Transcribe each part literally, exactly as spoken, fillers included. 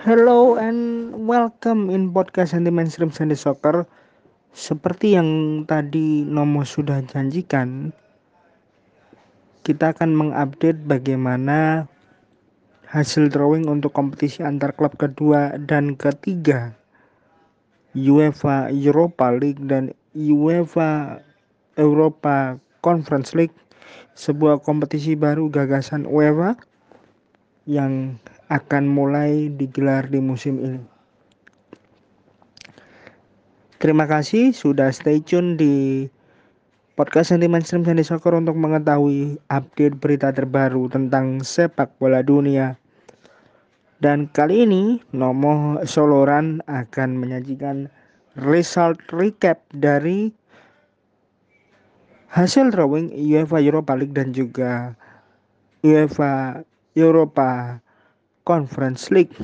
Hello and welcome in podcast Anti Mainstream Sunday Soccer. Seperti yang tadi Nomo sudah janjikan, kita akan mengupdate bagaimana hasil drawing untuk kompetisi antar klub kedua dan ketiga UEFA Europa League dan UEFA Europa Conference League, sebuah kompetisi baru gagasan UEFA yang akan mulai digelar di musim ini. Terima kasih sudah stay tune di podcast Anti Mainstream Sunday Soccer untuk mengetahui update berita terbaru tentang sepak bola dunia. Dan kali ini Nomo Soloran akan menyajikan result recap dari hasil drawing UEFA Europa League dan juga UEFA Europa Conference League.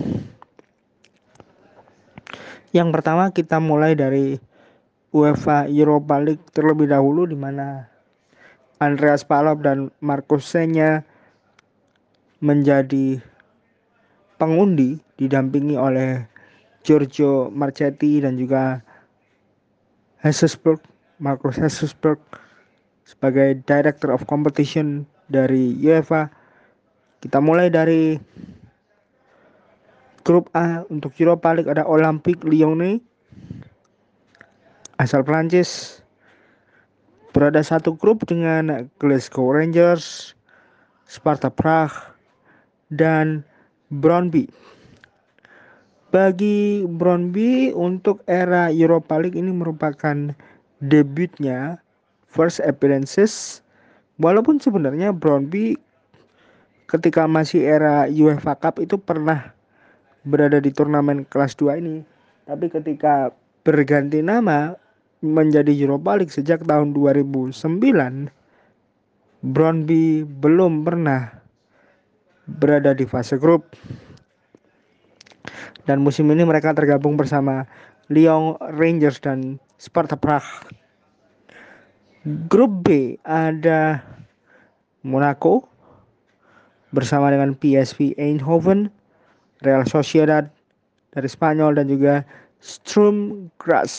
Yang pertama kita mulai dari UEFA Europa League terlebih dahulu, di mana Andreas Palop dan Marcus Senya menjadi pengundi didampingi oleh Giorgio Marchetti dan juga Hesselberg, Marcus Hesselberg sebagai Director of Competition dari UEFA. Kita mulai dari grup A. Untuk Europa League ada Olympique Lyonnais asal Prancis, berada satu grup dengan Glasgow Rangers, Sparta Prague, dan Brøndby. Bagi Brøndby untuk era Europa League ini merupakan debutnya, first appearances. Walaupun sebenarnya Brøndby ketika masih era UEFA Cup itu pernah berada di turnamen kelas dua ini. Tapi ketika berganti nama menjadi Europa League sejak tahun dua ribu sembilan, Brøndby belum pernah berada di fase grup. Dan musim ini mereka tergabung bersama Lyon Rangers dan Sparta Prague. Grup B ada Monaco bersama dengan P S V Eindhoven, Real Sociedad dari Spanyol, dan juga Sturm Graz.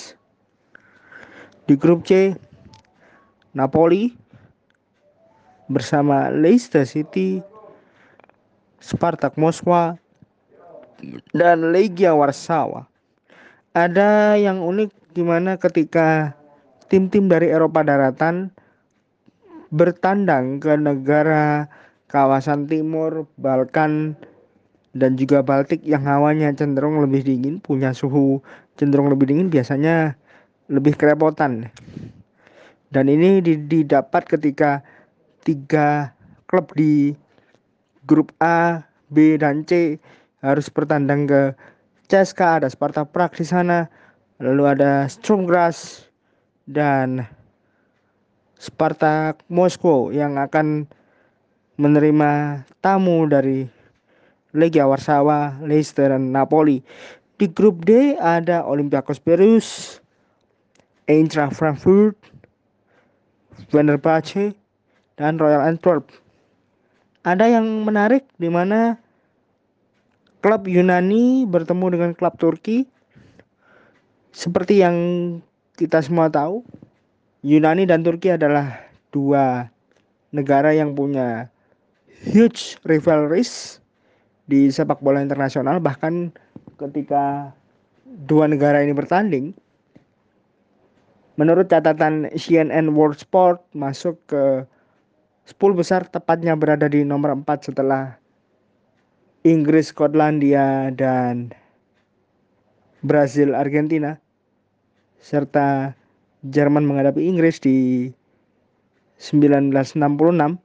Di grup C, Napoli bersama Leicester City, Spartak Moskwa, dan Legia Warsawa. Ada yang unik di mana ketika tim-tim dari Eropa daratan bertandang ke negara kawasan timur, Balkan, dan juga Baltik yang hawanya cenderung lebih dingin, punya suhu cenderung lebih dingin, biasanya lebih kerepotan. Dan ini didapat ketika tiga klub di grup A, B, dan C harus bertandang ke C S K A, ada Sparta Prague di sana, lalu ada Sturm Graz dan Spartak Moskow yang akan menerima tamu dari Legia Warsawa, Leicester, dan Napoli. Di grup D ada Olympiakos Piraeus, Eintracht Frankfurt, Fenerbahce, dan Royal Antwerp. Ada yang menarik di mana klub Yunani bertemu dengan klub Turki. Seperti yang kita semua tahu, Yunani dan Turki adalah dua negara yang punya huge rivalries di sepak bola internasional. Bahkan ketika dua negara ini bertanding, menurut catatan C N N World Sport masuk ke sepuluh besar, tepatnya berada di nomor empat setelah Inggris, Skotlandia, dan Brazil, Argentina, serta Jerman menghadapi Inggris di sembilan belas enam puluh enam.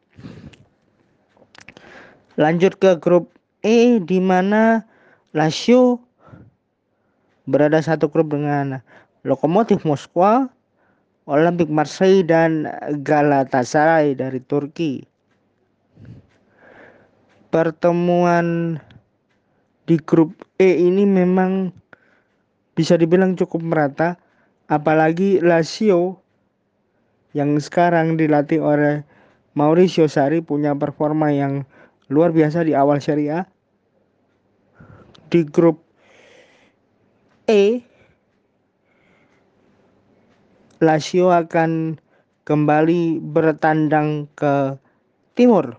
Lanjut ke grup E, di mana Lazio berada satu grup dengan Lokomotif Moskwa, Olympique Marseille, dan Galatasaray dari Turki. Pertemuan di grup E ini memang bisa dibilang cukup merata, apalagi Lazio yang sekarang dilatih oleh Mauricio Sarri punya performa yang luar biasa di awal Serie A. Di grup E, Lazio akan kembali bertandang ke timur.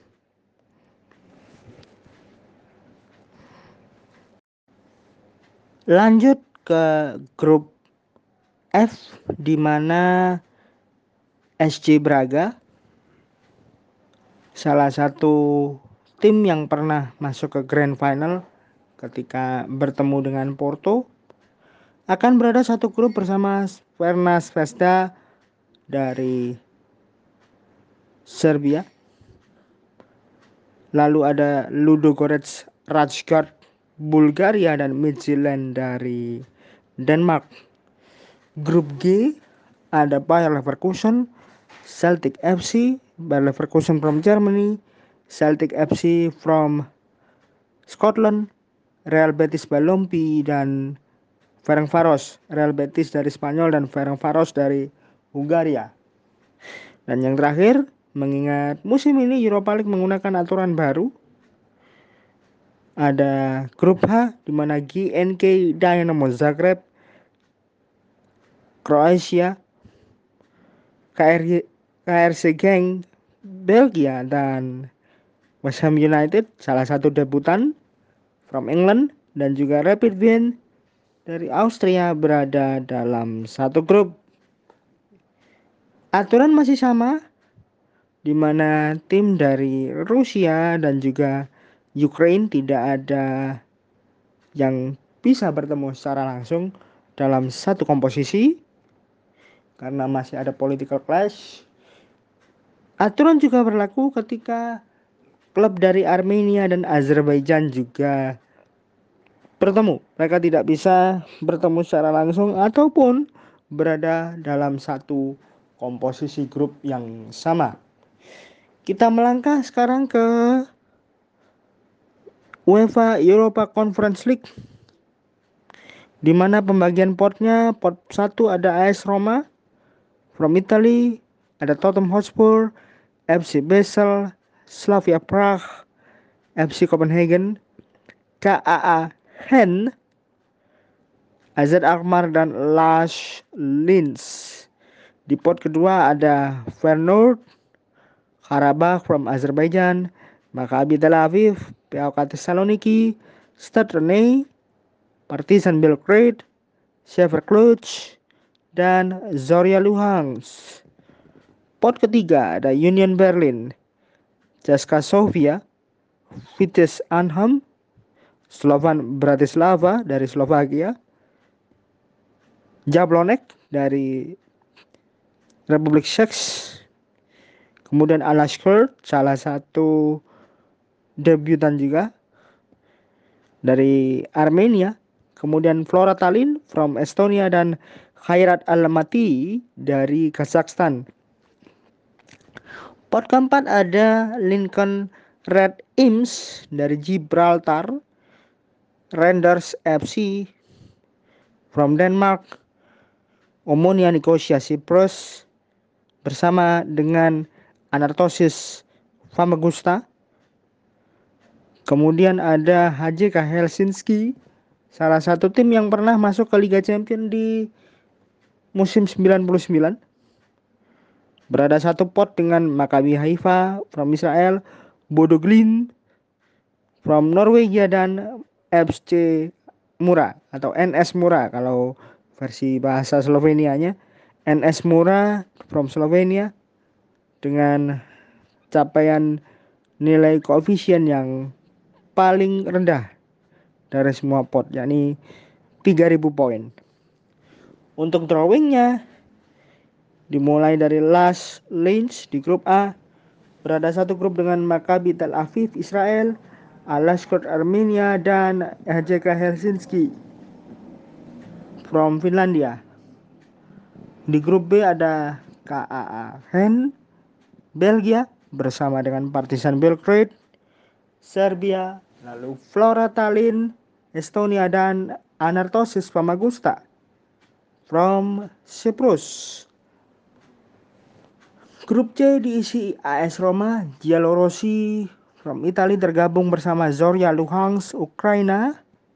Lanjut ke grup F, di mana S C Braga, salah satu tim yang pernah masuk ke Grand Final ketika bertemu dengan Porto, akan berada satu grup bersama Crvena Zvezda dari Serbia. Lalu ada Ludogorets Rajgard Bulgaria dan Midtjylland dari Denmark. Grup G ada Bayer Leverkusen, Celtic F C, Bayer Leverkusen from Germany, Celtic F C from Scotland, Real Betis Balompi dan Ferencvaros. Real Betis dari Spanyol dan Ferencvaros dari Hungaria. Dan yang terakhir, mengingat musim ini Europa League menggunakan aturan baru, ada grup H di mana G N K Dynamo Zagreb, Kroasia, K R C Genk Belgia dan West Ham United, salah satu debutan from England, dan juga Rapid Wien dari Austria berada dalam satu grup. Aturan masih sama, di mana tim dari Rusia dan juga Ukraine tidak ada yang bisa bertemu secara langsung dalam satu komposisi karena masih ada political clash. Aturan juga berlaku ketika klub dari Armenia dan Azerbaijan juga bertemu. Mereka tidak bisa bertemu secara langsung ataupun berada dalam satu komposisi grup yang sama. Kita melangkah sekarang ke UEFA Europa Conference League, di mana pembagian potnya, pot satu ada A S Roma from Italy, ada Tottenham Hotspur, F C Basel, Slavia Prague, F C Copenhagen, K A A Hen, A Z Alkmaar dan Las Linz. Di pot kedua ada Feyenoord, Karabakh from Azerbaijan, Maccabi Tel Aviv, P A O K Thessaloniki, Stade Rennais, Partizan Belgrade, Shakhtar Cluj, dan Zorya Luhansk. Pot ketiga ada Union Berlin, CSKA Sofia, Vitesse Arnhem, Slovan Bratislava dari Slovakia, Jablonek dari Republik Czech, kemudian Alashkert, salah satu debutan juga dari Armenia, kemudian Flora Tallinn from Estonia dan Khairat Almaty dari Kazakhstan. Pot keempat ada Lincoln Red Imps dari Gibraltar, Randers F C from Denmark, Omonia Nicosia Cyprus bersama dengan Anorthosis Famagusta. Kemudian ada H J K Helsinki, salah satu tim yang pernah masuk ke Liga Champions di musim sembilan puluh sembilan. Berada satu pot dengan Maccabi Haifa from Israel, Bodo Glimt from Norwegia dan F C Mura atau N S Mura kalau versi bahasa Slovenianya, N S Mura from Slovenia dengan capaian nilai koefisien yang paling rendah dari semua pot, yakni tiga ribu poin. Untuk drawingnya dimulai dari Las Linz di grup A, berada satu grup dengan Maccabi Tel Aviv Israel, Alashkert Armenia dan H J K Helsinki from Finlandia. Di grup B ada K A A Hen Belgia bersama dengan Partizan Belgrade Serbia, lalu Flora Tallinn Estonia dan Anorthosis Famagusta from Cyprus. Grup C diisi A S Roma, Giallorossi from Italia tergabung bersama Zorya Luhansk Ukraina,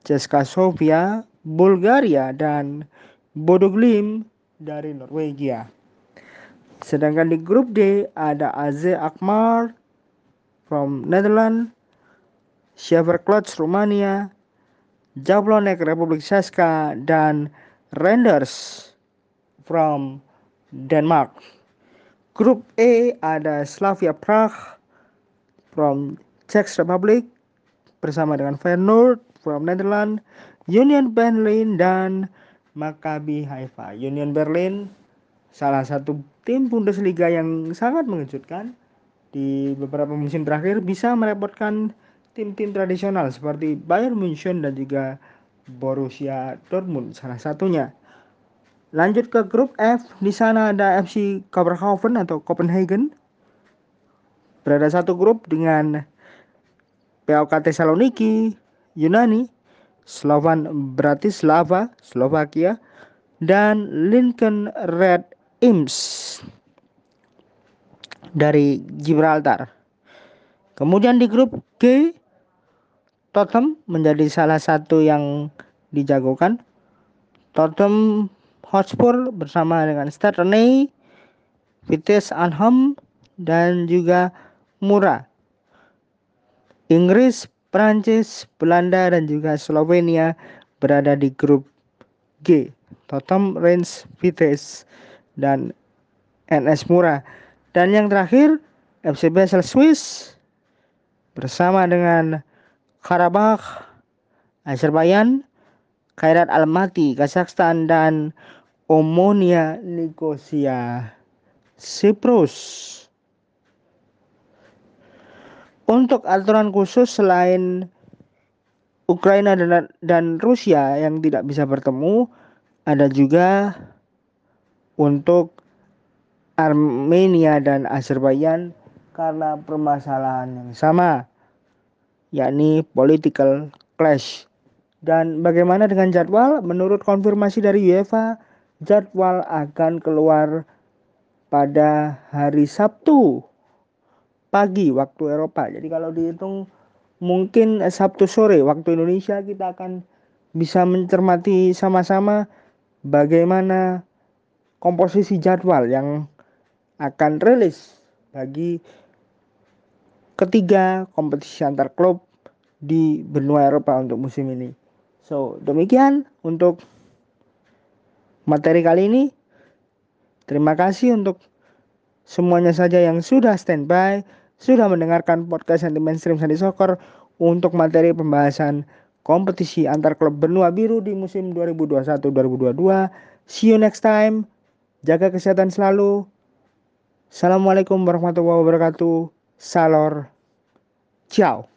CSKA Sofia, Bulgaria, dan Bodo Glimt dari Norwegia. Sedangkan di grup D ada A Z Alkmaar from Netherlands, Schaverklotz Rumania, Jablonek Republik Saska, dan Randers from Denmark. Grup E ada Slavia Prague from Czech Republic bersama dengan Feyenoord from Netherlands, Union Berlin, dan Maccabi Haifa. Union Berlin salah satu tim Bundesliga yang sangat mengejutkan di beberapa musim terakhir, bisa merepotkan tim-tim tradisional seperti Bayern Munchen dan juga Borussia Dortmund salah satunya. Lanjut ke grup F, di sana ada F C Kopenhagen atau Copenhagen. Berada satu grup dengan P A O K Thessaloniki, Yunani, Slovan Bratislava, Slovakia, dan Lincoln Red Imps dari Gibraltar. Kemudian di grup G, Tottenham menjadi salah satu yang dijagokan. Tottenham Hotspur bersama dengan Stade Rennais, Vitesse Arnhem, dan juga Mura. Inggris, Prancis, Belanda, dan juga Slovenia berada di grup G. Tottenham, Reims, Vitesse, dan N S Mura. Dan yang terakhir F C Basel Swiss bersama dengan Karabakh, Azerbaijan, Khairat Almaty, Kazakhstan, dan Omonia Nicosia, Siprus. Untuk aturan khusus selain Ukraina dan, dan Rusia yang tidak bisa bertemu, ada juga untuk Armenia dan Azerbaijan karena permasalahan yang sama, yakni political clash. Dan bagaimana dengan jadwal? Menurut konfirmasi dari UEFA, jadwal akan keluar pada hari Sabtu pagi waktu Eropa. Jadi kalau dihitung mungkin Sabtu sore waktu Indonesia, kita akan bisa mencermati sama-sama bagaimana komposisi jadwal yang akan rilis bagi ketiga kompetisi antar klub di benua Eropa untuk musim ini. So, demikian untuk materi kali ini. Terima kasih untuk semuanya saja yang sudah standby, sudah mendengarkan podcast Anti Mainstream Sandi Soccer untuk materi pembahasan kompetisi antar klub benua biru di musim dua ribu dua puluh satu dua ribu dua puluh dua. See you next time. Jaga kesehatan selalu. Assalamualaikum warahmatullahi wabarakatuh. Salor. Ciao.